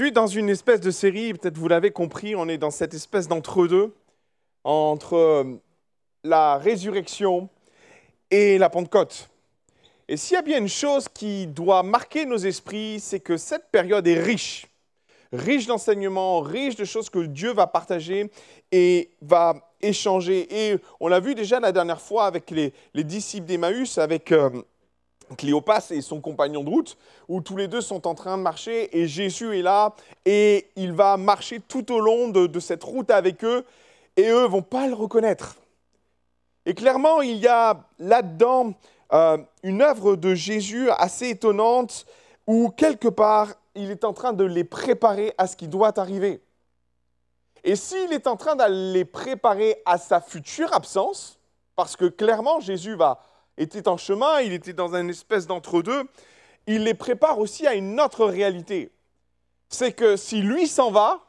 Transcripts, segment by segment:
Je suis dans une espèce de série, peut-être vous l'avez compris, on est dans cette espèce d'entre-deux, entre la résurrection et la Pentecôte. Et s'il y a bien une chose qui doit marquer nos esprits, c'est que cette période est riche. Riche d'enseignements, riche de choses que Dieu va partager et va échanger. Et on l'a vu déjà la dernière fois avec les disciples d'Emmaüs, avec Cléopas et son compagnon de route, où tous les deux sont en train de marcher et Jésus est là et il va marcher tout au long de cette route avec eux et eux ne vont pas le reconnaître. Et clairement, il y a là-dedans une œuvre de Jésus assez étonnante où quelque part, il est en train de les préparer à ce qui doit arriver. Et s'il est en train de les préparer à sa future absence, parce que clairement, Jésus était en chemin, il était dans une espèce d'entre-deux, il les prépare aussi à une autre réalité. C'est que si lui s'en va,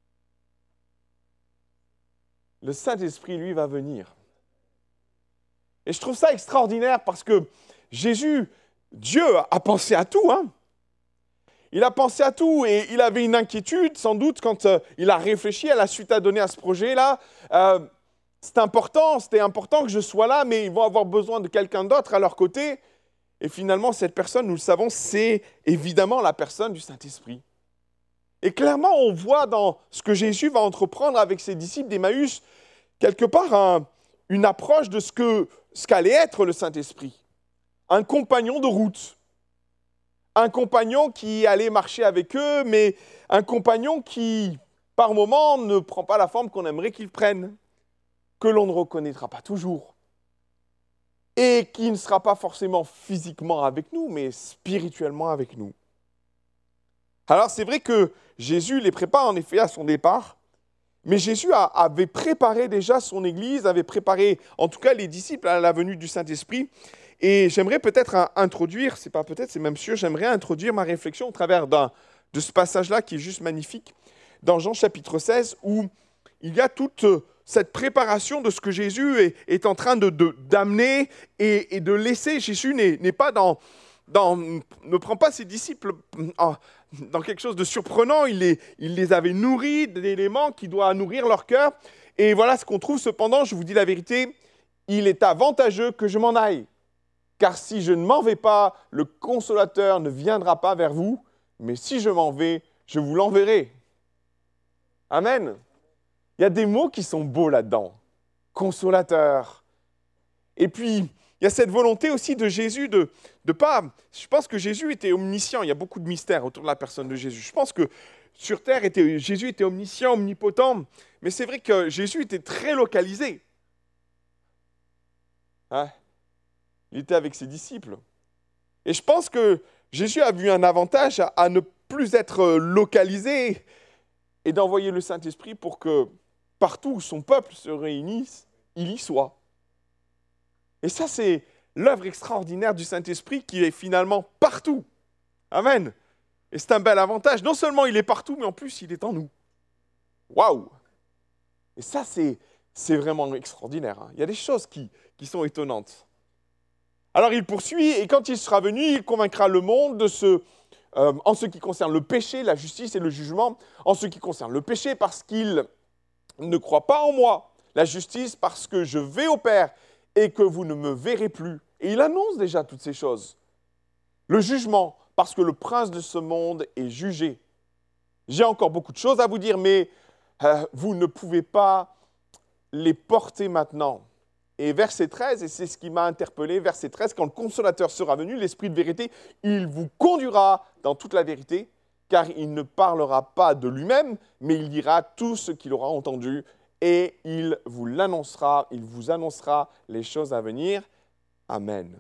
le Saint-Esprit, lui, va venir. Et je trouve ça extraordinaire parce que Jésus, Dieu, a pensé à tout, hein. Il a pensé à tout et il avait une inquiétude, sans doute, quand il a réfléchi à la suite à donner à ce projet-là. C'était important que je sois là, mais ils vont avoir besoin de quelqu'un d'autre à leur côté. Et finalement, cette personne, nous le savons, c'est évidemment la personne du Saint-Esprit. Et clairement, on voit dans ce que Jésus va entreprendre avec ses disciples d'Emmaüs, quelque part une approche de ce qu'allait être le Saint-Esprit. Un compagnon de route. Un compagnon qui allait marcher avec eux, mais un compagnon qui, par moments, ne prend pas la forme qu'on aimerait qu'il prenne, que l'on ne reconnaîtra pas toujours, et qui ne sera pas forcément physiquement avec nous, mais spirituellement avec nous. Alors c'est vrai que Jésus les prépare en effet à son départ, mais Jésus avait préparé déjà son Église, avait préparé en tout cas les disciples à la venue du Saint-Esprit. Et j'aimerais peut-être introduire, c'est pas peut-être, c'est même sûr, j'aimerais introduire ma réflexion au travers de ce passage-là qui est juste magnifique, dans Jean chapitre 16, où il y a toute cette préparation de ce que Jésus est en train d'amener et de laisser. Jésus n'est pas ne prend pas ses disciples dans quelque chose de surprenant, il les avait nourris d'éléments qui doivent nourrir leur cœur. Et voilà ce qu'on trouve cependant, je vous dis la vérité, il est avantageux que je m'en aille. Car si je ne m'en vais pas, le consolateur ne viendra pas vers vous, mais si je m'en vais, je vous l'enverrai. Amen. Il y a des mots qui sont beaux là-dedans. Consolateur. Et puis, il y a cette volonté aussi de Jésus de pas... Je pense que Jésus était omniscient. Il y a beaucoup de mystères autour de la personne de Jésus. Je pense que sur terre, Jésus était omniscient, omnipotent. Mais c'est vrai que Jésus était très localisé. Hein? Il était avec ses disciples. Et je pense que Jésus a vu un avantage à ne plus être localisé et d'envoyer le Saint-Esprit pour que partout où son peuple se réunisse, il y soit. Et ça, c'est l'œuvre extraordinaire du Saint-Esprit qui est finalement partout. Amen. Et c'est un bel avantage. Non seulement il est partout, mais en plus, il est en nous. Waouh! Et ça, c'est vraiment extraordinaire. Hein. Il y a des choses qui sont étonnantes. Alors il poursuit, et quand il sera venu, il convaincra le monde en ce qui concerne le péché, la justice et le jugement. En ce qui concerne le péché, parce qu'il ne croit pas en moi. La justice, parce que je vais au Père et que vous ne me verrez plus. Et il annonce déjà toutes ces choses. Le jugement, parce que le prince de ce monde est jugé. J'ai encore beaucoup de choses à vous dire, mais vous ne pouvez pas les porter maintenant. Et verset 13, et c'est ce qui m'a interpellé, verset 13, quand le consolateur sera venu, l'Esprit de vérité, il vous conduira dans toute la vérité, car il ne parlera pas de lui-même, mais il dira tout ce qu'il aura entendu, et il vous annoncera les choses à venir. Amen.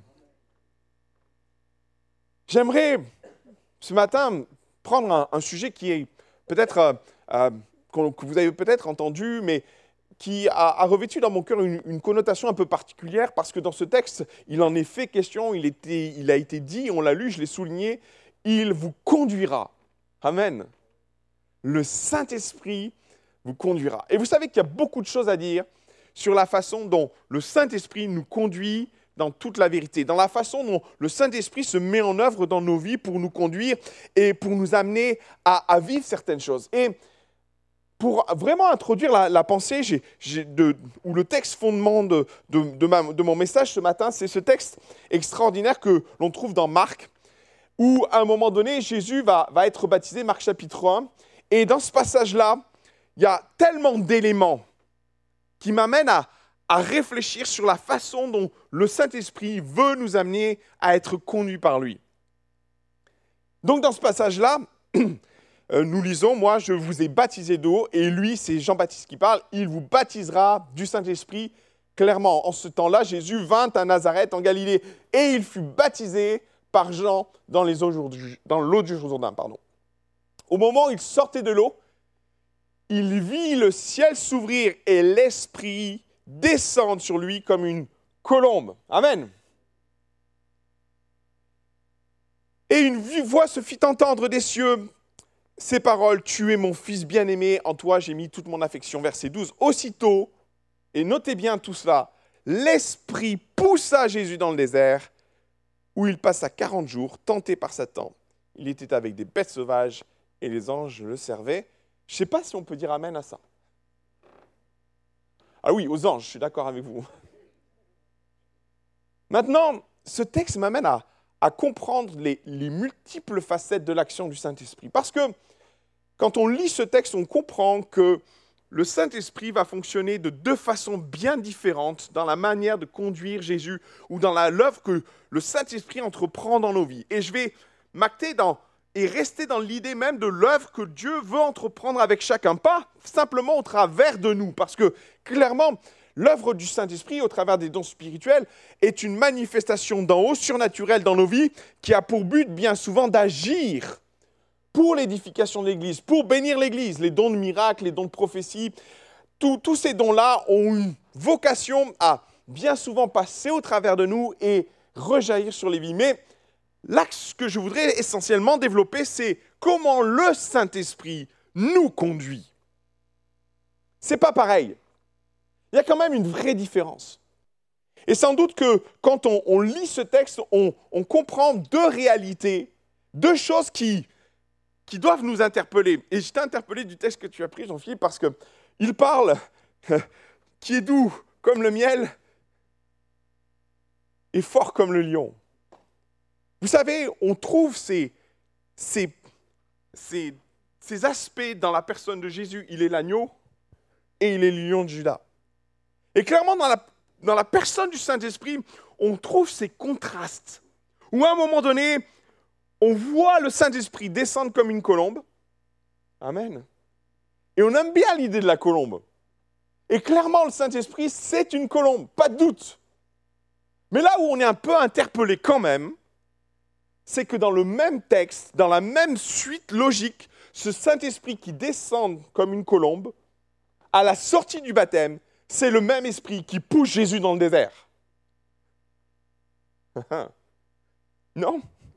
J'aimerais, ce matin, prendre un sujet qui est peut-être, que vous avez peut-être entendu, mais qui a revêtu dans mon cœur une connotation un peu particulière, parce que dans ce texte, il en est fait question, il a été dit, on l'a lu, je l'ai souligné, il vous conduira. Amen. Le Saint-Esprit vous conduira. Et vous savez qu'il y a beaucoup de choses à dire sur la façon dont le Saint-Esprit nous conduit dans toute la vérité, dans la façon dont le Saint-Esprit se met en œuvre dans nos vies pour nous conduire et pour nous amener à vivre certaines choses. Et pour vraiment introduire la pensée, ou le texte fondement de mon message ce matin, c'est ce texte extraordinaire que l'on trouve dans Marc, où à un moment donné, Jésus va être baptisé, Marc chapitre 1, et dans ce passage-là, il y a tellement d'éléments qui m'amènent à réfléchir sur la façon dont le Saint-Esprit veut nous amener à être conduits par lui. Donc dans ce passage-là, nous lisons, moi je vous ai baptisé d'eau, et lui, c'est Jean-Baptiste qui parle, il vous baptisera du Saint-Esprit. Clairement, en ce temps-là, Jésus vint à Nazareth en Galilée, et il fut baptisé par Jean dans l'eau du Jourdain. Au moment où il sortait de l'eau, il vit le ciel s'ouvrir et l'Esprit descendre sur lui comme une colombe. Amen. Et une voix se fit entendre des cieux. Ces paroles, tu es mon fils bien-aimé, en toi j'ai mis toute mon affection. Verset 12. Aussitôt, et notez bien tout cela, l'Esprit poussa Jésus dans le désert, où il passa 40 jours, tenté par Satan. Il était avec des bêtes sauvages, et les anges le servaient. Je ne sais pas si on peut dire amen à ça. Ah oui, aux anges, je suis d'accord avec vous. Maintenant, ce texte m'amène à comprendre les multiples facettes de l'action du Saint-Esprit. Parce que quand on lit ce texte, on comprend que le Saint-Esprit va fonctionner de deux façons bien différentes dans la manière de conduire Jésus ou dans l'œuvre que le Saint-Esprit entreprend dans nos vies. Et je vais m'acter et rester dans l'idée même de l'œuvre que Dieu veut entreprendre avec chacun, pas simplement au travers de nous, parce que clairement, l'œuvre du Saint-Esprit au travers des dons spirituels est une manifestation d'en haut, surnaturelle dans nos vies, qui a pour but bien souvent d'agir pour l'édification de l'Église, pour bénir l'Église. Les dons de miracles, les dons de prophétie, tous ces dons-là ont une vocation à bien souvent passer au travers de nous et rejaillir sur les vies. Mais l'axe que je voudrais essentiellement développer, c'est comment le Saint-Esprit nous conduit. C'est pas pareil. Il y a quand même une vraie différence. Et sans doute que quand on lit ce texte, on comprend deux réalités, deux choses qui doivent nous interpeller. Et je t'ai interpellé du texte que tu as pris, Jean-Philippe, parce qu'il parle qui est doux comme le miel et fort comme le lion. Vous savez, on trouve ces aspects dans la personne de Jésus. Il est l'agneau et il est le lion de Juda. Et clairement, dans la personne du Saint-Esprit, on trouve ces contrastes. Où à un moment donné, on voit le Saint-Esprit descendre comme une colombe. Amen. Et on aime bien l'idée de la colombe. Et clairement, le Saint-Esprit, c'est une colombe, pas de doute. Mais là où on est un peu interpellé quand même, c'est que dans le même texte, dans la même suite logique, ce Saint-Esprit qui descend comme une colombe, à la sortie du baptême, c'est le même esprit qui pousse Jésus dans le désert. Non?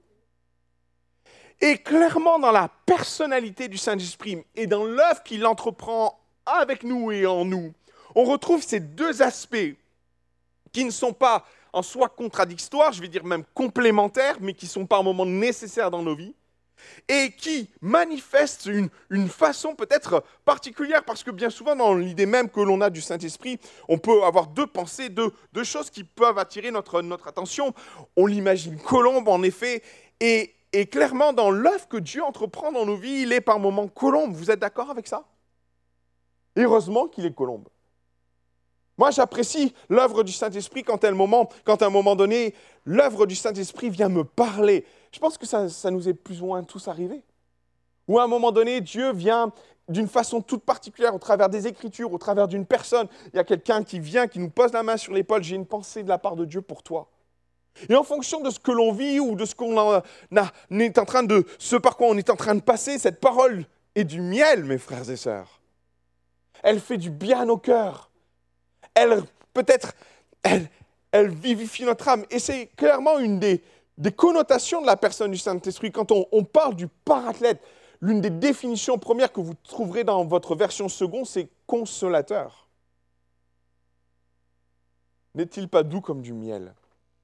Et clairement, dans la personnalité du Saint-Esprit et dans l'œuvre qu'il entreprend avec nous et en nous, on retrouve ces deux aspects qui ne sont pas en soi contradictoires, je vais dire même complémentaires, mais qui sont par moments nécessaires dans nos vies, et qui manifestent une façon peut-être particulière, parce que bien souvent, dans l'idée même que l'on a du Saint-Esprit, on peut avoir deux pensées, deux choses qui peuvent attirer notre attention. On l'imagine colombe, en effet, et clairement, dans l'œuvre que Dieu entreprend dans nos vies, il est par moments colombe. Vous êtes d'accord avec ça? Heureusement qu'il est colombe. Moi, j'apprécie l'œuvre du Saint-Esprit quand à un moment donné, l'œuvre du Saint-Esprit vient me parler. Je pense que ça nous est plus ou moins tous arrivé. Ou à un moment donné, Dieu vient d'une façon toute particulière, au travers des Écritures, au travers d'une personne. Il y a quelqu'un qui vient, qui nous pose la main sur l'épaule. J'ai une pensée de la part de Dieu pour toi. Et en fonction de ce que l'on vit ou de ce ce par quoi on est en train de passer, cette parole est du miel, mes frères et sœurs. Elle fait du bien au cœur. Elle vivifie notre âme. Et c'est clairement une des connotations de la personne du Saint-Esprit. Quand on parle du parathlète, l'une des définitions premières que vous trouverez dans votre version seconde, c'est consolateur. N'est-il pas doux comme du miel?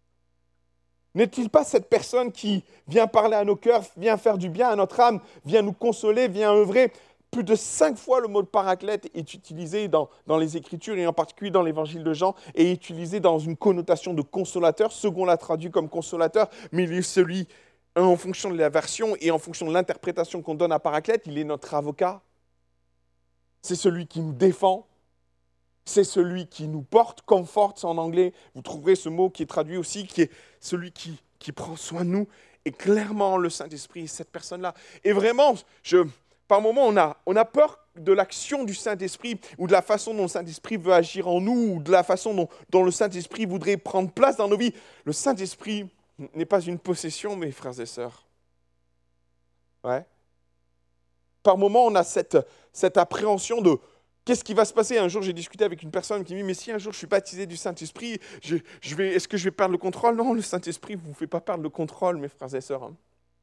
N'est-il pas cette personne qui vient parler à nos cœurs, vient faire du bien à notre âme, vient nous consoler, vient œuvrer? Plus de 5 fois le mot de paraclète est utilisé dans les Écritures et en particulier dans l'Évangile de Jean, est utilisé dans une connotation de consolateur. Second l'a traduit comme consolateur, mais il est celui, en fonction de la version et en fonction de l'interprétation qu'on donne à paraclète, il est notre avocat. C'est celui qui nous défend. C'est celui qui nous porte, comfort en anglais. Vous trouverez ce mot qui est traduit aussi, qui est celui qui prend soin de nous. Et clairement, le Saint-Esprit est cette personne-là. Et vraiment, par moments, on a peur de l'action du Saint-Esprit ou de la façon dont le Saint-Esprit veut agir en nous ou de la façon dont le Saint-Esprit voudrait prendre place dans nos vies. Le Saint-Esprit n'est pas une possession, mes frères et sœurs. Ouais. Par moments, on a cette appréhension de qu'est-ce qui va se passer. Un jour, j'ai discuté avec une personne qui me dit « Mais si un jour je suis baptisé du Saint-Esprit, est-ce que je vais perdre le contrôle ?» Non, le Saint-Esprit ne vous fait pas perdre le contrôle, mes frères et sœurs.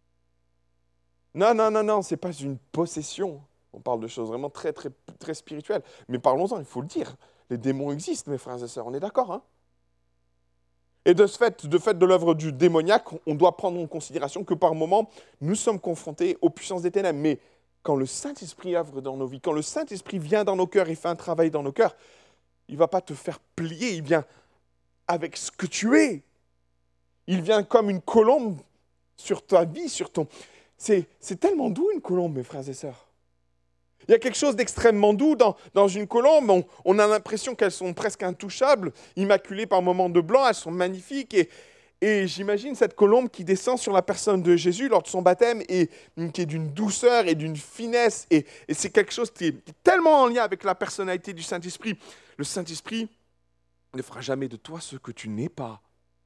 Non, ce n'est pas une possession. On parle de choses vraiment très, très, très spirituelles. Mais parlons-en, il faut le dire. Les démons existent, mes frères et sœurs, on est d'accord, Et de fait de l'œuvre du démoniaque, on doit prendre en considération que par moments, nous sommes confrontés aux puissances des ténèbres. Mais quand le Saint-Esprit œuvre dans nos vies, quand le Saint-Esprit vient dans nos cœurs et fait un travail dans nos cœurs, il ne va pas te faire plier, il vient avec ce que tu es. Il vient comme une colombe sur ta vie, sur ton... C'est tellement doux une colombe, mes frères et sœurs. Il y a quelque chose d'extrêmement doux dans une colombe. On a l'impression qu'elles sont presque intouchables, immaculées par moments de blanc, elles sont magnifiques. Et j'imagine cette colombe qui descend sur la personne de Jésus lors de son baptême et qui est d'une douceur et d'une finesse. Et c'est quelque chose qui est tellement en lien avec la personnalité du Saint-Esprit. Le Saint-Esprit ne fera jamais de toi ce que tu n'es pas.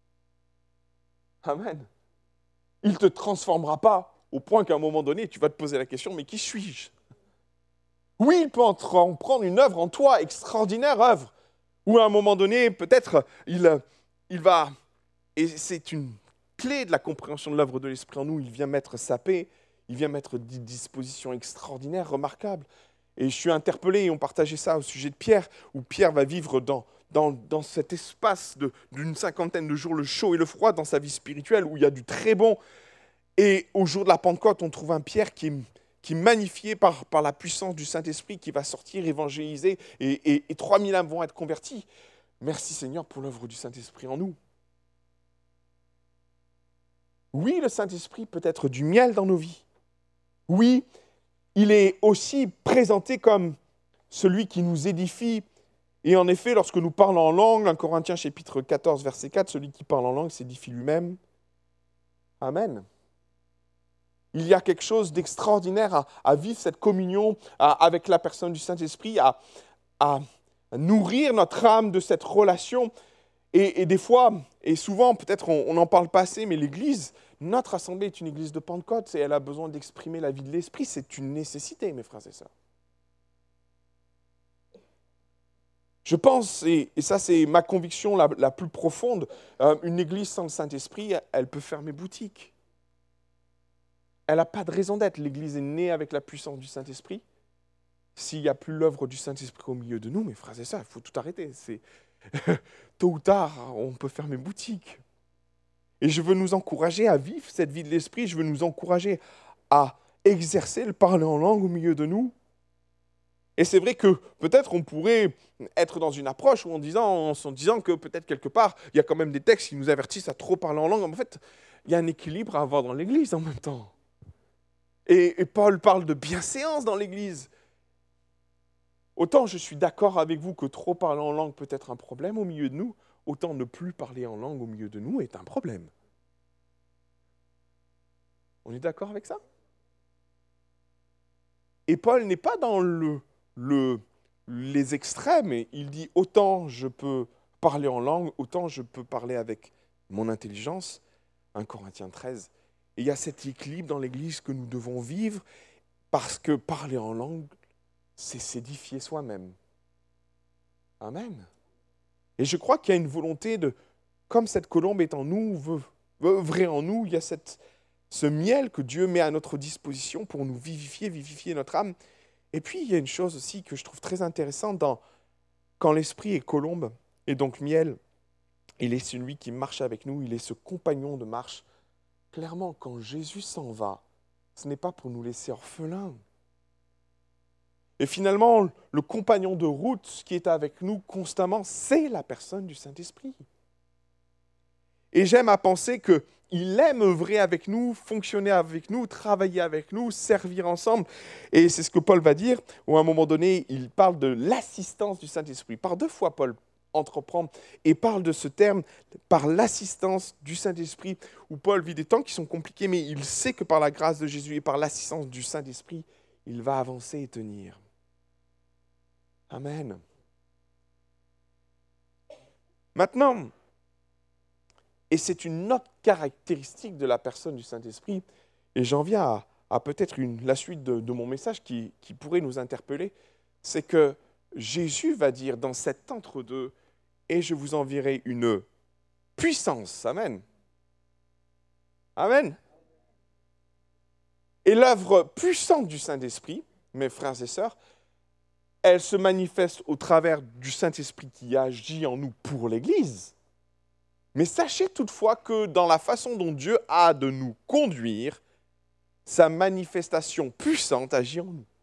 Amen. Il ne te transformera pas au point qu'à un moment donné, tu vas te poser la question, mais qui suis-je? Oui, il peut en prendre une œuvre en toi, extraordinaire œuvre. Ou à un moment donné, peut-être, il va... Et c'est une clé de la compréhension de l'œuvre de l'Esprit en nous. Il vient mettre sa paix, il vient mettre des dispositions extraordinaires, remarquables. Et je suis interpellé, et on partageait ça au sujet de Pierre, où Pierre va vivre dans cet espace d'une 50aine de jours, le chaud et le froid, dans sa vie spirituelle, où il y a du très bon. Et au jour de la Pentecôte, on trouve un Pierre qui est magnifié par la puissance du Saint-Esprit, qui va sortir, évangéliser, et 3000 âmes vont être converties. Merci Seigneur pour l'œuvre du Saint-Esprit en nous. Oui, le Saint-Esprit peut être du miel dans nos vies. Oui, il est aussi présenté comme celui qui nous édifie. Et en effet, lorsque nous parlons en langue, 1 Corinthiens chapitre 14, verset 4, celui qui parle en langue s'édifie lui-même. Amen. Il y a quelque chose d'extraordinaire à vivre cette communion avec la personne du Saint-Esprit, à nourrir notre âme de cette relation. Et des fois, et souvent, peut-être on n'en parle pas assez, mais l'Église, notre assemblée est une église de Pentecôte et elle a besoin d'exprimer la vie de l'Esprit. C'est une nécessité, mes frères et sœurs. Je pense, et ça c'est ma conviction la plus profonde, une église sans le Saint-Esprit, elle peut fermer boutique. Elle n'a pas de raison d'être. L'Église est née avec la puissance du Saint-Esprit. S'il n'y a plus l'œuvre du Saint-Esprit au milieu de nous, mes frères et sœurs, il faut tout arrêter. Tôt ou tard, on peut fermer boutique. Et je veux nous encourager à vivre cette vie de l'Esprit. Je veux nous encourager à exercer le parler en langue au milieu de nous. Et c'est vrai que peut-être on pourrait être dans une approche en se disant que peut-être quelque part, il y a quand même des textes qui nous avertissent à trop parler en langue. En fait, il y a un équilibre à avoir dans l'Église en même temps. Et Paul parle de bienséance dans l'Église. Autant je suis d'accord avec vous que trop parler en langue peut être un problème au milieu de nous, autant ne plus parler en langue au milieu de nous est un problème. On est d'accord avec ça? Et Paul n'est pas dans les extrêmes. Et il dit autant je peux parler en langue, autant je peux parler avec mon intelligence. 1 Corinthiens 13. Et il y a cet équilibre dans l'Église que nous devons vivre parce que parler en langue, c'est s'édifier soi-même. Amen. Et je crois qu'il y a une volonté de, comme cette colombe est en nous, veut œuvrer en nous, il y a ce miel que Dieu met à notre disposition pour nous vivifier notre âme. Et puis, il y a une chose aussi que je trouve très intéressante quand l'esprit est colombe, et donc miel, Il est celui qui marche avec nous, il est ce compagnon de marche. Clairement, quand Jésus s'en va, ce n'est pas pour nous laisser orphelins. Et finalement, le compagnon de route qui est avec nous constamment, c'est la personne du Saint-Esprit. Et j'aime à penser qu'il aime œuvrer avec nous, fonctionner avec nous, travailler avec nous, servir ensemble. Et c'est ce que Paul va dire, où à un moment donné, il parle de l'assistance du Saint-Esprit. Par 2 fois, Paul entreprend et parle de ce terme, par l'assistance du Saint-Esprit, où Paul vit des temps qui sont compliqués, mais il sait que par la grâce de Jésus et par l'assistance du Saint-Esprit, il va avancer et tenir. Amen. Maintenant, et c'est une autre caractéristique de la personne du Saint-Esprit, et j'en viens à peut-être la suite de mon message qui pourrait nous interpeller, c'est que Jésus va dire dans cet entre-deux, et je vous enverrai une puissance. Amen. Amen. Et l'œuvre puissante du Saint-Esprit, mes frères et sœurs, elle se manifeste au travers du Saint-Esprit qui agit en nous pour l'Église. Mais sachez toutefois que dans la façon dont Dieu a de nous conduire, sa manifestation puissante agit en nous.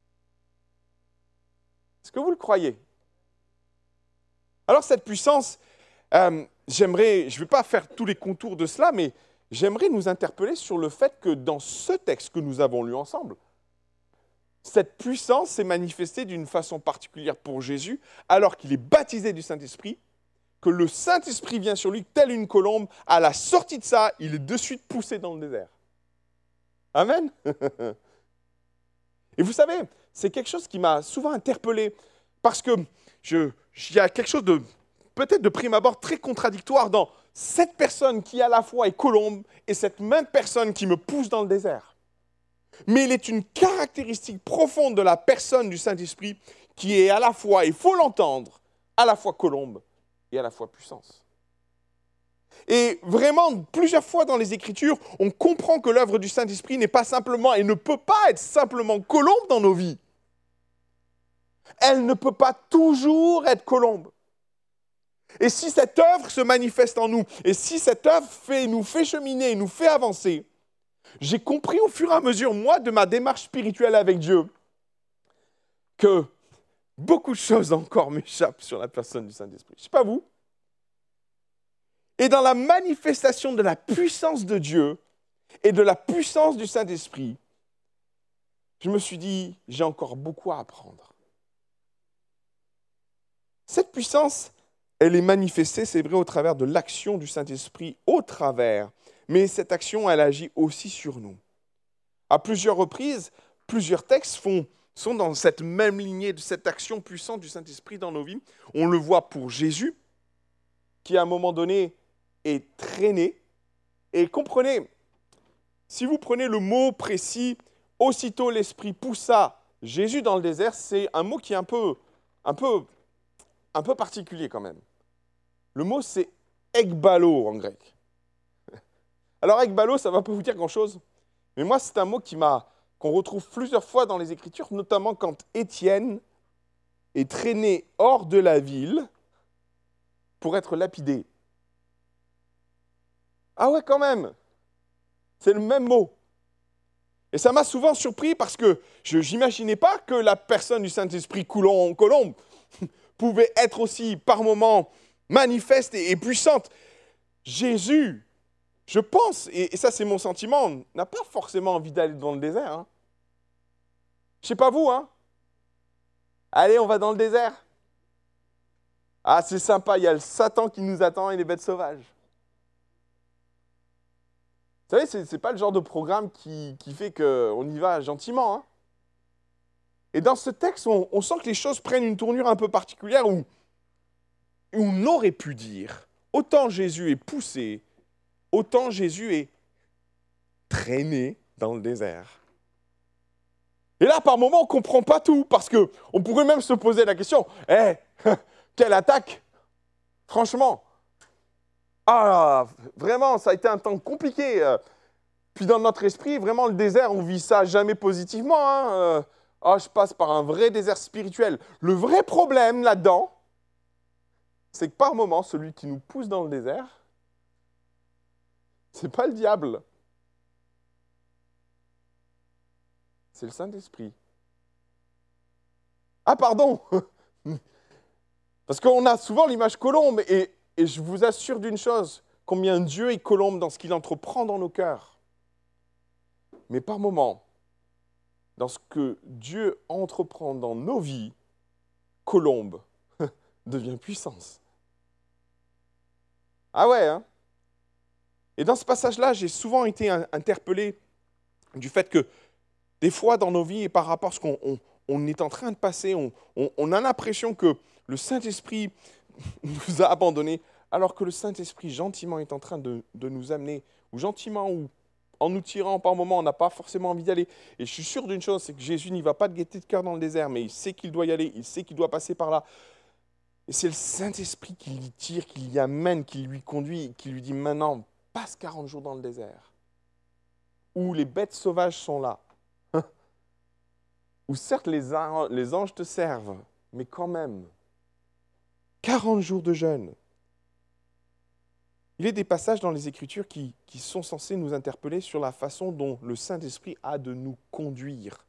Est-ce que vous le croyez? Alors cette puissance, je ne vais pas faire tous les contours de cela, mais j'aimerais nous interpeller sur le fait que dans ce texte que nous avons lu ensemble, cette puissance s'est manifestée d'une façon particulière pour Jésus, alors qu'il est baptisé du Saint-Esprit, que le Saint-Esprit vient sur lui, telle une colombe. À la sortie de ça, il est de suite poussé dans le désert. Amen. Et vous savez, c'est quelque chose qui m'a souvent interpellé, parce que il y a quelque chose de, peut-être de prime abord, très contradictoire dans cette personne qui à la fois est colombe et cette même personne qui me pousse dans le désert. Mais il est une caractéristique profonde de la personne du Saint-Esprit qui est à la fois, il faut l'entendre, à la fois colombe et à la fois puissance. Et vraiment, plusieurs fois dans les Écritures, on comprend que l'œuvre du Saint-Esprit n'est pas simplement et ne peut pas être simplement colombe dans nos vies. Elle ne peut pas toujours être colombe. Et si cette œuvre se manifeste en nous, et si cette œuvre nous fait cheminer, nous fait avancer, j'ai compris au fur et à mesure, moi, de ma démarche spirituelle avec Dieu, que beaucoup de choses encore m'échappent sur la personne du Saint-Esprit. Je ne sais pas vous. Et dans la manifestation de la puissance de Dieu et de la puissance du Saint-Esprit, je me suis dit, j'ai encore beaucoup à apprendre. Cette puissance, elle est manifestée, c'est vrai, au travers de l'action du Saint-Esprit, au travers. Mais cette action, elle agit aussi sur nous. À plusieurs reprises, plusieurs textes sont dans cette même lignée de cette action puissante du Saint-Esprit dans nos vies. On le voit pour Jésus, qui à un moment donné est traîné. Et comprenez, si vous prenez le mot précis, aussitôt l'Esprit poussa Jésus dans le désert, c'est un mot qui est un peu particulier quand même. Le mot, c'est ekbalo en grec. Alors, ekbalo, ça ne va pas vous dire grand-chose, mais moi, c'est un mot qu'on retrouve plusieurs fois dans les Écritures, notamment quand Étienne est traîné hors de la ville pour être lapidé. Ah ouais, quand même. C'est le même mot. Et ça m'a souvent surpris parce que je n'imaginais pas que la personne du Saint-Esprit colombe pouvait être aussi, par moments, manifeste et puissante. Jésus, je pense, et ça c'est mon sentiment, n'a pas forcément envie d'aller dans le désert. Hein. Je ne sais pas vous, hein. Allez, on va dans le désert. Ah, c'est sympa, il y a le Satan qui nous attend et les bêtes sauvages. Vous savez, ce n'est pas le genre de programme qui fait qu'on y va gentiment. Hein. Et dans ce texte, on sent que les choses prennent une tournure un peu particulière où on aurait pu dire, autant Jésus est poussé, autant Jésus est traîné dans le désert. Et là, par moments, on ne comprend pas tout, parce qu'on pourrait même se poser la question, quelle attaque! Franchement, vraiment, ça a été un temps compliqué. Puis dans notre esprit, vraiment, le désert, on vit ça jamais positivement. Hein. Je passe par un vrai désert spirituel. Le vrai problème là-dedans, c'est que par moment, celui qui nous pousse dans le désert, c'est pas le diable, c'est le Saint-Esprit. Ah pardon. Parce qu'on a souvent l'image colombe, et je vous assure d'une chose, combien Dieu est colombe dans ce qu'il entreprend dans nos cœurs. Mais par moments, dans ce que Dieu entreprend dans nos vies, colombe devient puissance. Ah ouais, hein? Et dans ce passage-là, j'ai souvent été interpellé du fait que des fois dans nos vies et par rapport à ce qu'on est en train de passer, on a l'impression que le Saint-Esprit nous a abandonnés, alors que le Saint-Esprit gentiment est en train de nous amener, ou gentiment, ou en nous tirant par moments, on n'a pas forcément envie d'y aller. Et je suis sûr d'une chose, c'est que Jésus n'y va pas de gaieté de cœur dans le désert, mais il sait qu'il doit y aller, il sait qu'il doit passer par là. Et c'est le Saint-Esprit qui l'y tire, qui l'y amène, qui lui conduit, qui lui dit maintenant, passe 40 jours dans le désert, où les bêtes sauvages sont là, où certes les anges te servent, mais quand même, 40 jours de jeûne. Il y a des passages dans les Écritures qui sont censés nous interpeller sur la façon dont le Saint-Esprit a de nous conduire.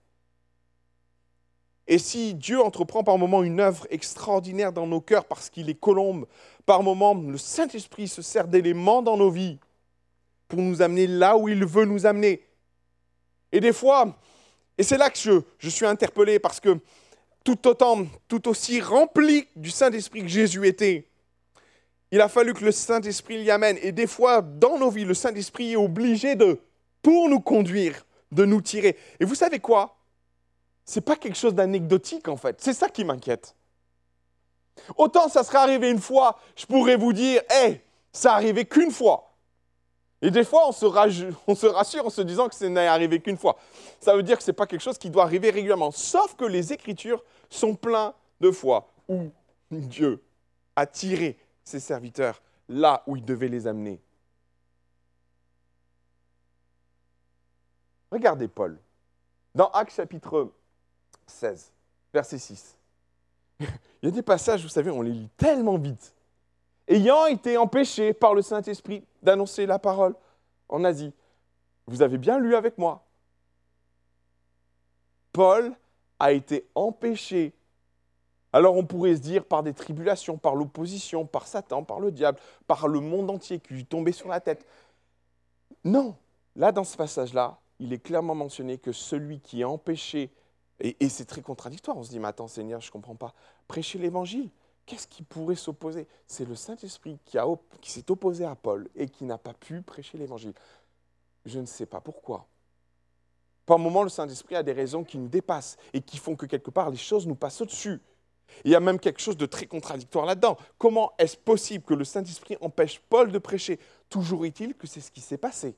Et si Dieu entreprend par moments une œuvre extraordinaire dans nos cœurs parce qu'il est colombe, par moments le Saint-Esprit se sert d'éléments dans nos vies pour nous amener là où il veut nous amener. Et des fois, et c'est là que je suis interpellé parce que tout aussi rempli du Saint-Esprit que Jésus était, il a fallu que le Saint-Esprit l'y amène. Et des fois, dans nos vies, le Saint-Esprit est obligé pour nous conduire, de nous tirer. Et vous savez quoi? Ce n'est pas quelque chose d'anecdotique, en fait. C'est ça qui m'inquiète. Autant ça serait arrivé une fois, je pourrais vous dire, hey, ça arrivé qu'une fois. Et des fois, on se rassure en se disant que ça n'est arrivé qu'une fois. Ça veut dire que ce n'est pas quelque chose qui doit arriver régulièrement. Sauf que les Écritures sont pleines de fois où Dieu a tiré ses serviteurs là où il devait les amener. Regardez Paul, dans Actes chapitre 16, verset 6. Il y a des passages, vous savez, on les lit tellement vite. Ayant été empêché par le Saint-Esprit d'annoncer la parole en Asie. Vous avez bien lu avec moi. Paul a été empêché. Alors on pourrait se dire par des tribulations, par l'opposition, par Satan, par le diable, par le monde entier qui lui tombait sur la tête. Non, là dans ce passage-là, il est clairement mentionné que celui qui est empêché, et c'est très contradictoire, on se dit, mais attends Seigneur, je ne comprends pas, prêcher l'évangile, qu'est-ce qui pourrait s'opposer? C'est le Saint-Esprit qui s'est opposé à Paul et qui n'a pas pu prêcher l'évangile. Je ne sais pas pourquoi. Par moments, le Saint-Esprit a des raisons qui nous dépassent et qui font que quelque part, les choses nous passent au-dessus. Il y a même quelque chose de très contradictoire là-dedans. Comment est-ce possible que le Saint-Esprit empêche Paul de prêcher? Toujours est-il que c'est ce qui s'est passé.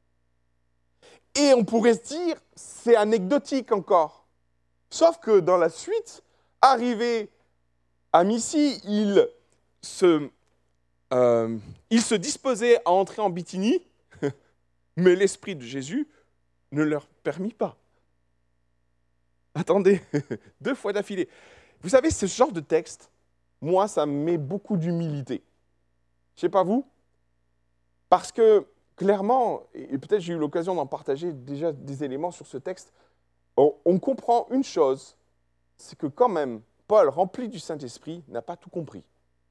Et on pourrait se dire, c'est anecdotique encore. Sauf que dans la suite, arrivé à Mysie, il se disposait à entrer en Bithynie, mais l'Esprit de Jésus ne leur permit pas. Attendez, 2 fois d'affilée. Vous savez, ce genre de texte, moi, ça me met beaucoup d'humilité. Je ne sais pas vous, parce que clairement, et peut-être j'ai eu l'occasion d'en partager déjà des éléments sur ce texte, on comprend une chose, c'est que quand même, Paul, rempli du Saint-Esprit, n'a pas tout compris.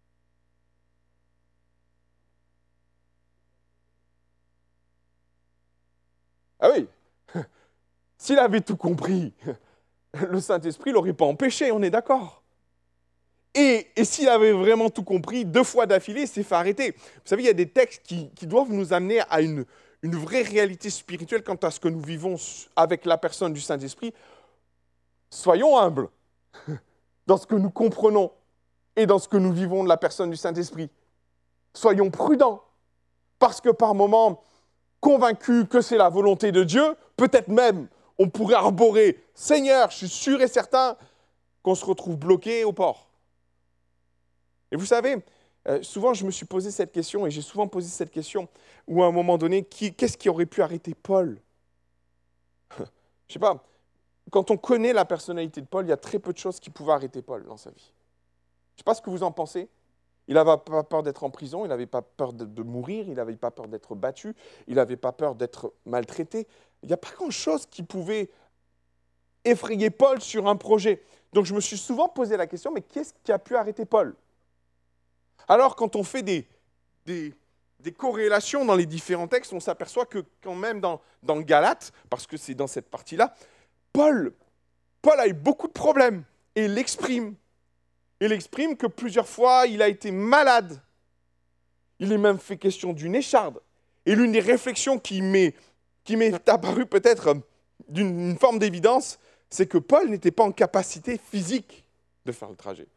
Ah oui, s'il avait tout compris, le Saint-Esprit ne l'aurait pas empêché, on est d'accord. Et s'il avait vraiment tout compris, 2 fois d'affilée, il s'est fait arrêter. Vous savez, il y a des textes qui doivent nous amener à une vraie réalité spirituelle quant à ce que nous vivons avec la personne du Saint-Esprit. Soyons humbles dans ce que nous comprenons et dans ce que nous vivons de la personne du Saint-Esprit. Soyons prudents, parce que par moments, convaincus que c'est la volonté de Dieu, peut-être même on pourrait arborer « Seigneur, je suis sûr et certain qu'on se retrouve bloqué au port ». Et vous savez, souvent je me suis posé cette question, et j'ai souvent posé cette question, où à un moment donné, qu'est-ce qui aurait pu arrêter Paul? Je ne sais pas, quand on connaît la personnalité de Paul, il y a très peu de choses qui pouvaient arrêter Paul dans sa vie. Je ne sais pas ce que vous en pensez. Il n'avait pas peur d'être en prison, il n'avait pas peur de mourir, il n'avait pas peur d'être battu, il n'avait pas peur d'être maltraité. Il n'y a pas grand-chose qui pouvait effrayer Paul sur un projet. Donc je me suis souvent posé la question, mais qu'est-ce qui a pu arrêter Paul? Alors quand on fait des corrélations dans les différents textes, on s'aperçoit que quand même dans Galates, parce que c'est dans cette partie-là, Paul a eu beaucoup de problèmes et il l'exprime. Il exprime que plusieurs fois, il a été malade. Il est même fait question d'une écharde. Et l'une des réflexions qui m'est apparue peut-être d'une forme d'évidence, c'est que Paul n'était pas en capacité physique de faire le trajet.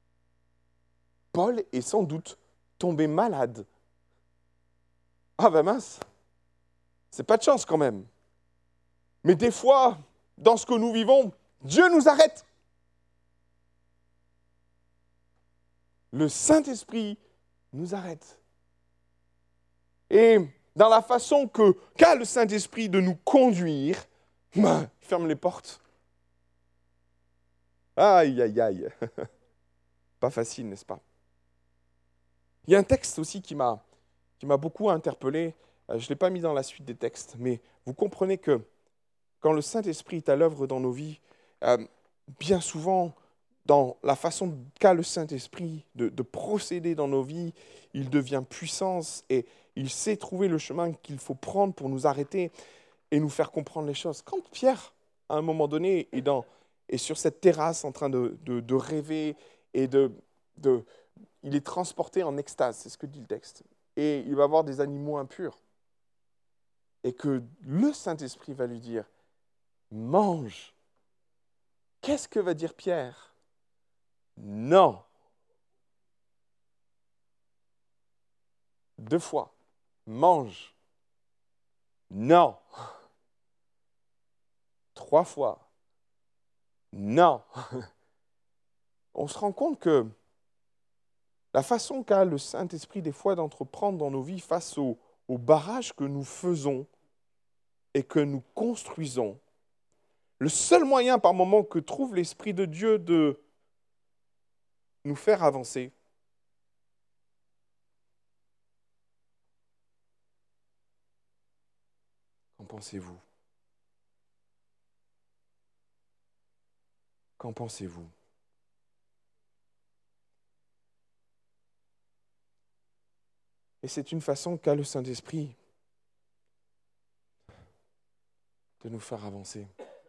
Paul est sans doute tombé malade. Ah ben mince, c'est pas de chance quand même. Mais des fois, dans ce que nous vivons, Dieu nous arrête. Le Saint-Esprit nous arrête. Et dans la façon qu'a le Saint-Esprit de nous conduire, il ferme les portes. Aïe, aïe, aïe. Pas facile, n'est-ce pas? Il y a un texte aussi qui m'a beaucoup interpellé. Je ne l'ai pas mis dans la suite des textes, mais vous comprenez que quand le Saint-Esprit est à l'œuvre dans nos vies, bien souvent, dans la façon qu'a le Saint-Esprit de procéder dans nos vies, il devient puissance et il sait trouver le chemin qu'il faut prendre pour nous arrêter et nous faire comprendre les choses. Quand Pierre, à un moment donné, est sur cette terrasse en train de rêver et il est transporté en extase, c'est ce que dit le texte, et il va voir des animaux impurs, et que le Saint-Esprit va lui dire « Mange ». Qu'est-ce que va dire Pierre? Non. 2 fois. Mange. Non. 3 fois. Non. On se rend compte que la façon qu'a le Saint-Esprit des fois d'entreprendre dans nos vies face au barrage que nous faisons et que nous construisons, le seul moyen par moment que trouve l'Esprit de Dieu de nous faire avancer, qu'en pensez-vous? Qu'en pensez-vous? Et c'est une façon qu'a le Saint-Esprit de nous faire avancer.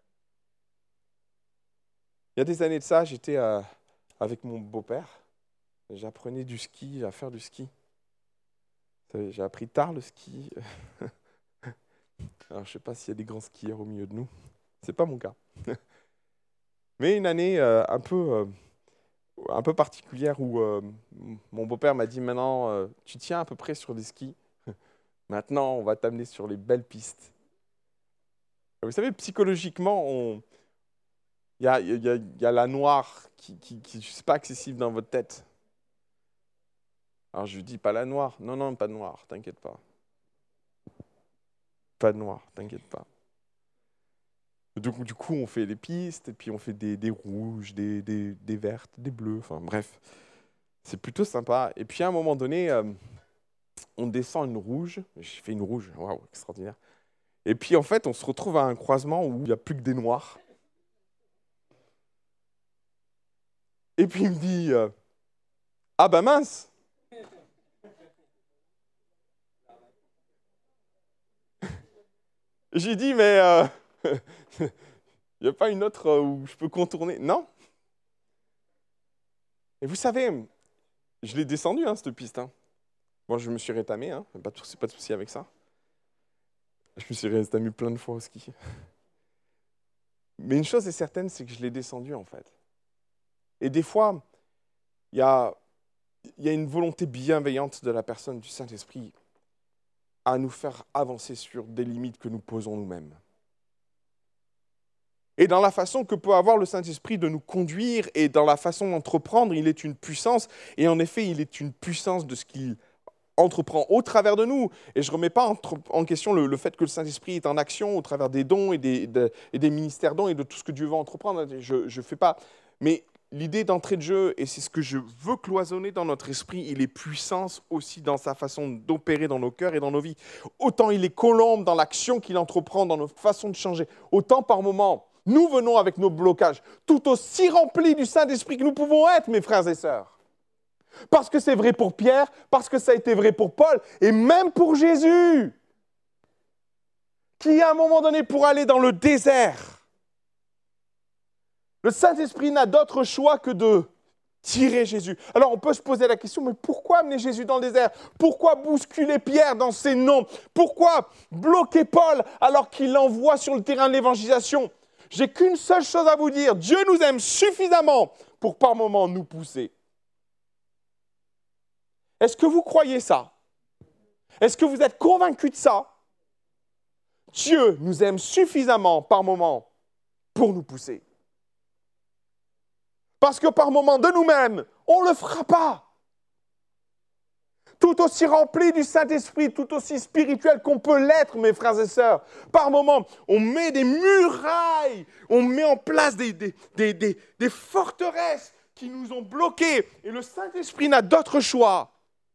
Il y a des années de ça, j'étais avec mon beau-père. J'apprenais du ski, à faire du ski. J'ai appris tard le ski. Alors, je ne sais pas s'il y a des grands skieurs au milieu de nous. Ce n'est pas mon cas. Mais une année un peu particulière où mon beau-père m'a dit « Maintenant, tu tiens à peu près sur des skis. Maintenant, on va t'amener sur les belles pistes. » Vous savez, psychologiquement, il y a la noire qui n'est pas accessible dans votre tête. Alors je lui dis, pas la noire. Non, non, pas de noire, t'inquiète pas. Pas de noire, t'inquiète pas. Du coup, on fait les pistes, et puis on fait des rouges, des vertes, des bleus, enfin bref. C'est plutôt sympa. Et puis à un moment donné, on descend une rouge. J'ai fait une rouge, waouh, extraordinaire. Et puis en fait, on se retrouve à un croisement où il n'y a plus que des noirs. Et puis il me dit, ah ben mince. J'ai dit, mais il n'y a pas une autre où je peux contourner? Non. Et vous savez, je l'ai descendu, cette piste. Bon, je me suis rétamé, pas de souci avec ça. Je me suis rétamé plein de fois au ski. Mais une chose est certaine, c'est que je l'ai descendu, en fait. Et des fois, il y a une volonté bienveillante de la personne du Saint-Esprit à nous faire avancer sur des limites que nous posons nous-mêmes. Et dans la façon que peut avoir le Saint-Esprit de nous conduire et dans la façon d'entreprendre, il est une puissance. Et en effet, il est une puissance de ce qu'il entreprend au travers de nous. Et je ne remets pas en question le fait que le Saint-Esprit est en action au travers des dons et des ministères dons et de tout ce que Dieu va entreprendre. Je ne fais pas. Mais l'idée d'entrée de jeu, et c'est ce que je veux cloisonner dans notre esprit, il est puissance aussi dans sa façon d'opérer dans nos cœurs et dans nos vies. Autant il est colombe dans l'action qu'il entreprend, dans notre façon de changer, autant par moments, nous venons avec nos blocages, tout aussi remplis du Saint-Esprit que nous pouvons être, mes frères et sœurs. Parce que c'est vrai pour Pierre, parce que ça a été vrai pour Paul, et même pour Jésus, qui à un moment donné, pour aller dans le désert, le Saint-Esprit n'a d'autre choix que de tirer Jésus. Alors on peut se poser la question, mais pourquoi amener Jésus dans le désert? Pourquoi bousculer Pierre dans ses noms? Pourquoi bloquer Paul alors qu'il l'envoie sur le terrain de l'évangélisation? J'ai qu'une seule chose à vous dire, Dieu nous aime suffisamment pour par moments nous pousser. Est-ce que vous croyez ça? Est-ce que vous êtes convaincus de ça? Dieu nous aime suffisamment par moments pour nous pousser. Parce que par moments de nous-mêmes, on ne le fera pas. Tout aussi rempli du Saint-Esprit, tout aussi spirituel qu'on peut l'être, mes frères et sœurs. Par moments, on met des murailles, on met en place des forteresses qui nous ont bloqués. Et le Saint-Esprit n'a d'autre choix.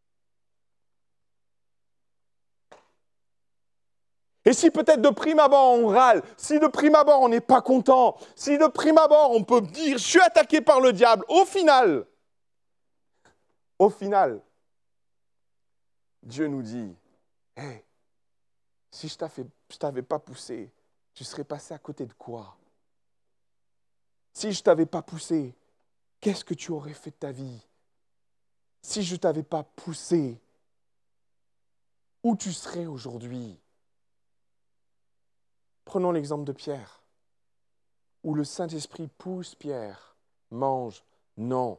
Et si peut-être de prime abord on râle, si de prime abord on n'est pas content, si de prime abord on peut dire « je suis attaqué par le diable », au final, Dieu nous dit « hey, si je ne t'avais pas poussé, tu serais passé à côté de quoi? Si je ne t'avais pas poussé, qu'est-ce que tu aurais fait de ta vie? Si je ne t'avais pas poussé, où tu serais aujourd'hui ?» Prenons l'exemple de Pierre, où le Saint-Esprit pousse Pierre, mange, non.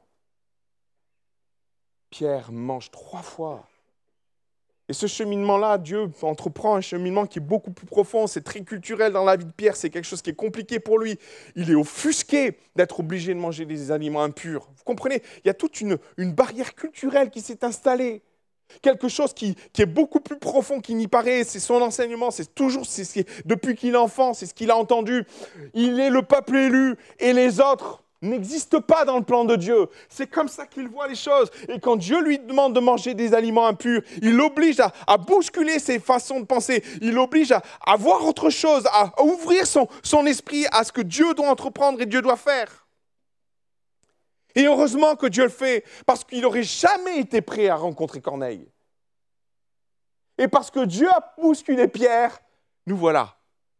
Pierre mange 3 fois. Et ce cheminement-là, Dieu entreprend un cheminement qui est beaucoup plus profond, c'est très culturel dans la vie de Pierre, c'est quelque chose qui est compliqué pour lui. Il est offusqué d'être obligé de manger des aliments impurs. Vous comprenez? Il y a toute une barrière culturelle qui s'est installée. Quelque chose qui est beaucoup plus profond qu'il n'y paraît, c'est son enseignement, depuis qu'il est enfant, c'est ce qu'il a entendu. Il est le peuple élu et les autres n'existent pas dans le plan de Dieu. C'est comme ça qu'il voit les choses. Et quand Dieu lui demande de manger des aliments impurs, il l'oblige à bousculer ses façons de penser. Il l'oblige à voir autre chose, à ouvrir son esprit à ce que Dieu doit entreprendre et Dieu doit faire. Et heureusement que Dieu le fait, parce qu'il n'aurait jamais été prêt à rencontrer Corneille. Et parce que Dieu a bousculé Pierre, nous voilà.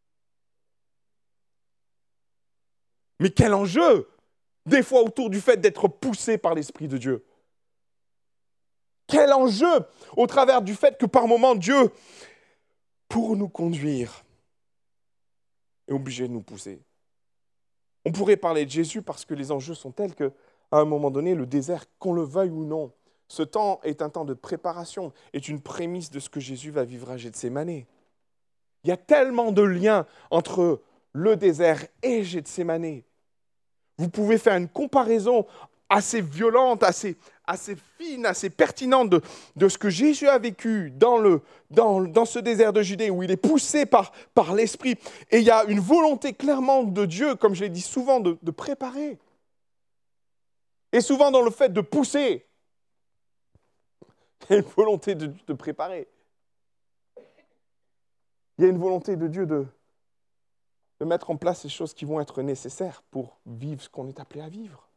Mais quel enjeu, des fois autour du fait d'être poussé par l'Esprit de Dieu. Quel enjeu au travers du fait que par moments Dieu, pour nous conduire, est obligé de nous pousser. On pourrait parler de Jésus parce que les enjeux sont tels que à un moment donné, le désert, qu'on le veuille ou non, ce temps est un temps de préparation, est une prémisse de ce que Jésus va vivre à Gethsémane. Il y a tellement de liens entre le désert et Gethsémane. Vous pouvez faire une comparaison assez violente, assez fine, assez pertinente de ce que Jésus a vécu dans ce désert de Judée, où il est poussé par l'Esprit. Et il y a une volonté clairement de Dieu, comme je l'ai dit souvent, de préparer. Et souvent dans le fait de pousser, il y a une volonté de préparer. Il y a une volonté de Dieu de mettre en place les choses qui vont être nécessaires pour vivre ce qu'on est appelé à vivre.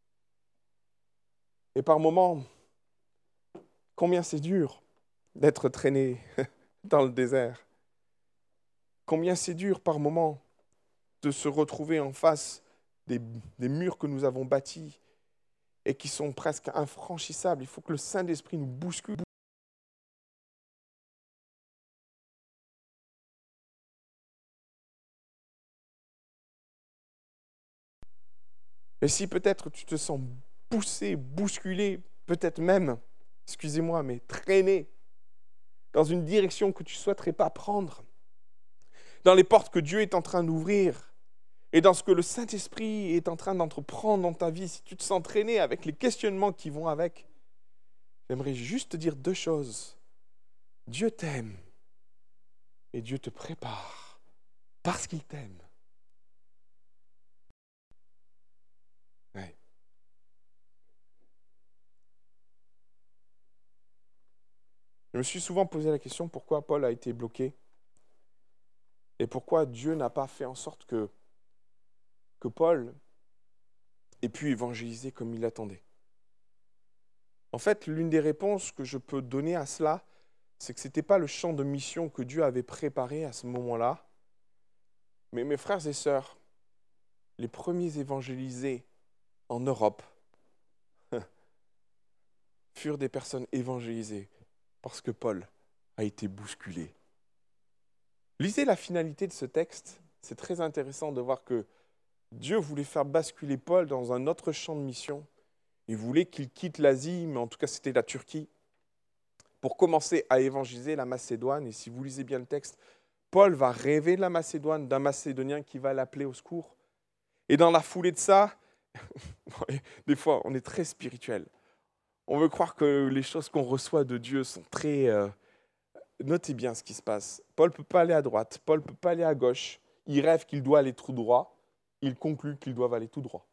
Et par moments, combien c'est dur d'être traîné dans le désert. Combien c'est dur par moments de se retrouver en face des murs que nous avons bâtis et qui sont presque infranchissables. Il faut que le Saint-Esprit nous bouscule. Et si peut-être tu te sens poussé, bousculé, peut-être même, excusez-moi, mais traîné dans une direction que tu ne souhaiterais pas prendre, dans les portes que Dieu est en train d'ouvrir, et dans ce que le Saint-Esprit est en train d'entreprendre dans ta vie, si tu te sens traîné avec les questionnements qui vont avec, j'aimerais juste te dire 2 choses. Dieu t'aime et Dieu te prépare parce qu'il t'aime. Ouais. Je me suis souvent posé la question pourquoi Paul a été bloqué et pourquoi Dieu n'a pas fait en sorte que Paul ait pu évangéliser comme il l'attendait. En fait, l'une des réponses que je peux donner à cela, c'est que ce n'était pas le champ de mission que Dieu avait préparé à ce moment-là. Mais mes frères et sœurs, les premiers évangélisés en Europe furent des personnes évangélisées parce que Paul a été bousculé. Lisez la finalité de ce texte. C'est très intéressant de voir que Dieu voulait faire basculer Paul dans un autre champ de mission. Il voulait qu'il quitte l'Asie, mais en tout cas c'était la Turquie, pour commencer à évangéliser la Macédoine. Et si vous lisez bien le texte, Paul va rêver de la Macédoine, d'un Macédonien qui va l'appeler au secours. Et dans la foulée de ça, des fois on est très spirituel. On veut croire que les choses qu'on reçoit de Dieu sont très... Notez bien ce qui se passe. Paul ne peut pas aller à droite, Paul ne peut pas aller à gauche. Il rêve qu'il doit aller tout droit. Il conclut qu'ils doivent aller tout droit.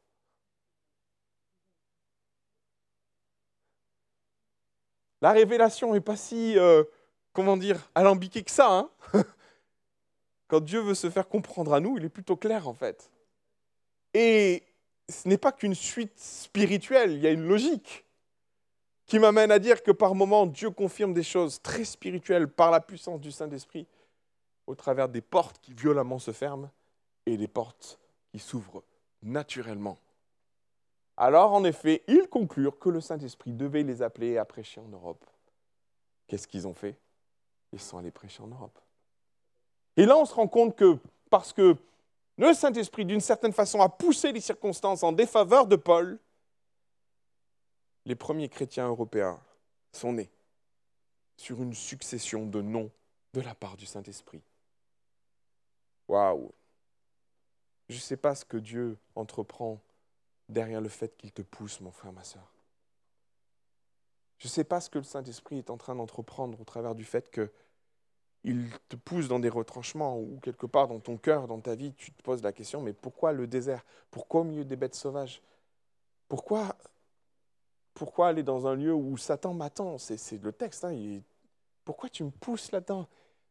La révélation n'est pas si, alambiquée que ça. Hein. Quand Dieu veut se faire comprendre à nous, il est plutôt clair en fait. Et ce n'est pas qu'une suite spirituelle, il y a une logique qui m'amène à dire que par moments, Dieu confirme des choses très spirituelles par la puissance du Saint-Esprit au travers des portes qui violemment se ferment et des portes qui s'ouvrent naturellement. Alors, en effet, ils conclurent que le Saint-Esprit devait les appeler à prêcher en Europe. Qu'est-ce qu'ils ont fait? Ils sont allés prêcher en Europe. Et là, on se rend compte que, parce que le Saint-Esprit, d'une certaine façon, a poussé les circonstances en défaveur de Paul, les premiers chrétiens européens sont nés sur une succession de noms de la part du Saint-Esprit. Waouh! Je ne sais pas ce que Dieu entreprend derrière le fait qu'il te pousse, mon frère, ma sœur. Je ne sais pas ce que le Saint-Esprit est en train d'entreprendre au travers du fait qu'il te pousse dans des retranchements ou quelque part dans ton cœur, dans ta vie, tu te poses la question, mais pourquoi le désert? Pourquoi au milieu des bêtes sauvages? Pourquoi aller dans un lieu où Satan m'attend? C'est le texte. Hein, pourquoi tu me pousses là-dedans?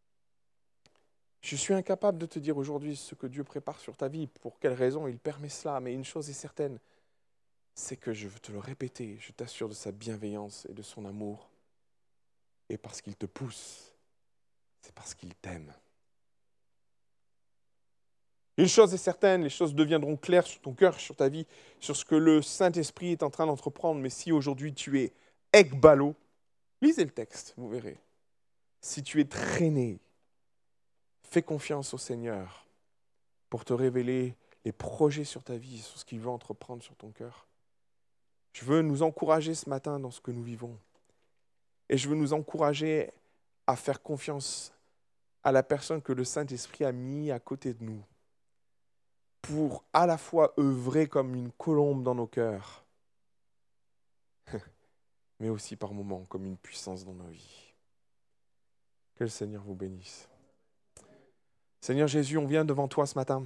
Je suis incapable de te dire aujourd'hui ce que Dieu prépare sur ta vie, pour quelle raison il permet cela, mais une chose est certaine, c'est que je veux te le répéter, je t'assure de sa bienveillance et de son amour. Et parce qu'il te pousse, c'est parce qu'il t'aime. Une chose est certaine, les choses deviendront claires sur ton cœur, sur ta vie, sur ce que le Saint-Esprit est en train d'entreprendre. Mais si aujourd'hui tu es ekbalo, lisez le texte, vous verrez. Si tu es traîné, fais confiance au Seigneur pour te révéler les projets sur ta vie, sur ce qu'il veut entreprendre sur ton cœur. Je veux nous encourager ce matin dans ce que nous vivons. Et je veux nous encourager à faire confiance à la personne que le Saint-Esprit a mis à côté de nous pour à la fois œuvrer comme une colombe dans nos cœurs, mais aussi par moments comme une puissance dans nos vies. Que le Seigneur vous bénisse. Seigneur Jésus, on vient devant toi ce matin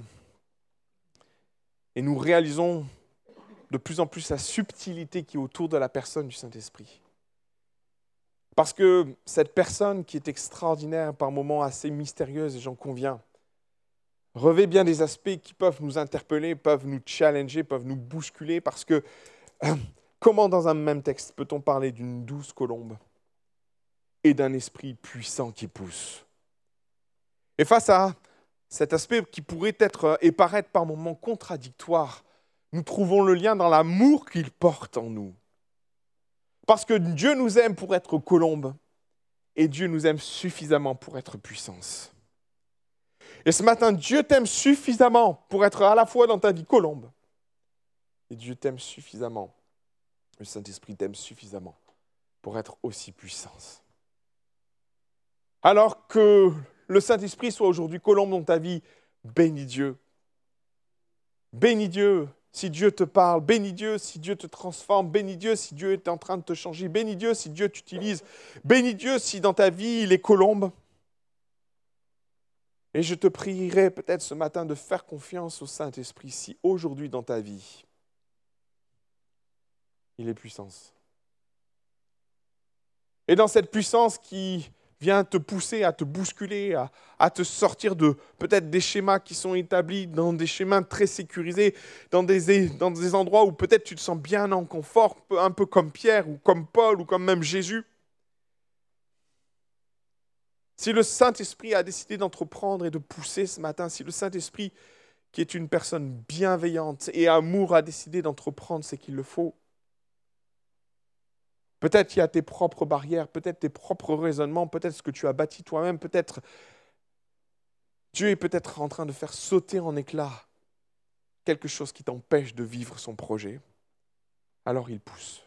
et nous réalisons de plus en plus la subtilité qui est autour de la personne du Saint-Esprit. Parce que cette personne qui est extraordinaire, par moments assez mystérieuse, et j'en conviens, revêt bien des aspects qui peuvent nous interpeller, peuvent nous challenger, peuvent nous bousculer, parce que comment dans un même texte peut-on parler d'une douce colombe et d'un esprit puissant qui pousse? Et face à cet aspect qui pourrait être et paraître par moments contradictoire, nous trouvons le lien dans l'amour qu'il porte en nous. Parce que Dieu nous aime pour être colombe et Dieu nous aime suffisamment pour être puissance. Et ce matin, Dieu t'aime suffisamment pour être à la fois dans ta vie colombe. Et Dieu t'aime suffisamment, le Saint-Esprit t'aime suffisamment pour être aussi puissance. Alors que le Saint-Esprit soit aujourd'hui colombe dans ta vie, bénis Dieu. Bénis Dieu si Dieu te parle, bénis Dieu si Dieu te transforme, bénis Dieu si Dieu est en train de te changer, bénis Dieu si Dieu t'utilise, bénis Dieu si dans ta vie il est colombe. Et je te prierai peut-être ce matin de faire confiance au Saint-Esprit si aujourd'hui dans ta vie, il est puissance. Et dans cette puissance qui vient te pousser à te bousculer, à te sortir de peut-être des schémas qui sont établis, dans des schémas très sécurisés, dans des endroits où peut-être tu te sens bien en confort, un peu comme Pierre ou comme Paul ou comme même Jésus. Si le Saint-Esprit a décidé d'entreprendre et de pousser ce matin, si le Saint-Esprit, qui est une personne bienveillante et amour, a décidé d'entreprendre, c'est qu'il le faut. Peut-être il y a tes propres barrières, peut-être tes propres raisonnements, peut-être ce que tu as bâti toi-même, peut-être Dieu est peut-être en train de faire sauter en éclats quelque chose qui t'empêche de vivre son projet. Alors il pousse.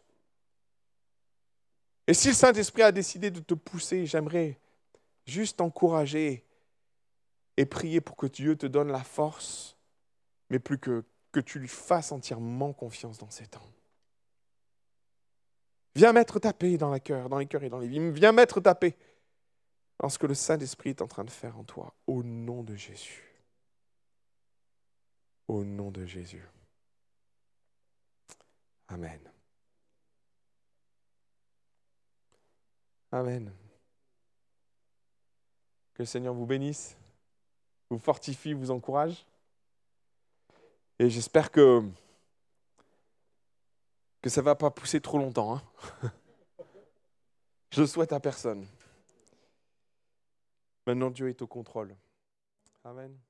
Et si le Saint-Esprit a décidé de te pousser, j'aimerais juste t'encourager et prier pour que Dieu te donne la force, mais plus que tu lui fasses entièrement confiance dans ces temps. Viens mettre ta paix dans les cœurs et dans les vies. Viens mettre ta paix dans ce que le Saint-Esprit est en train de faire en toi, au nom de Jésus. Au nom de Jésus. Amen. Amen. Que le Seigneur vous bénisse, vous fortifie, vous encourage. Et j'espère que ça ne va pas pousser trop longtemps. Hein. Je le souhaite à personne. Maintenant, Dieu est au contrôle. Amen.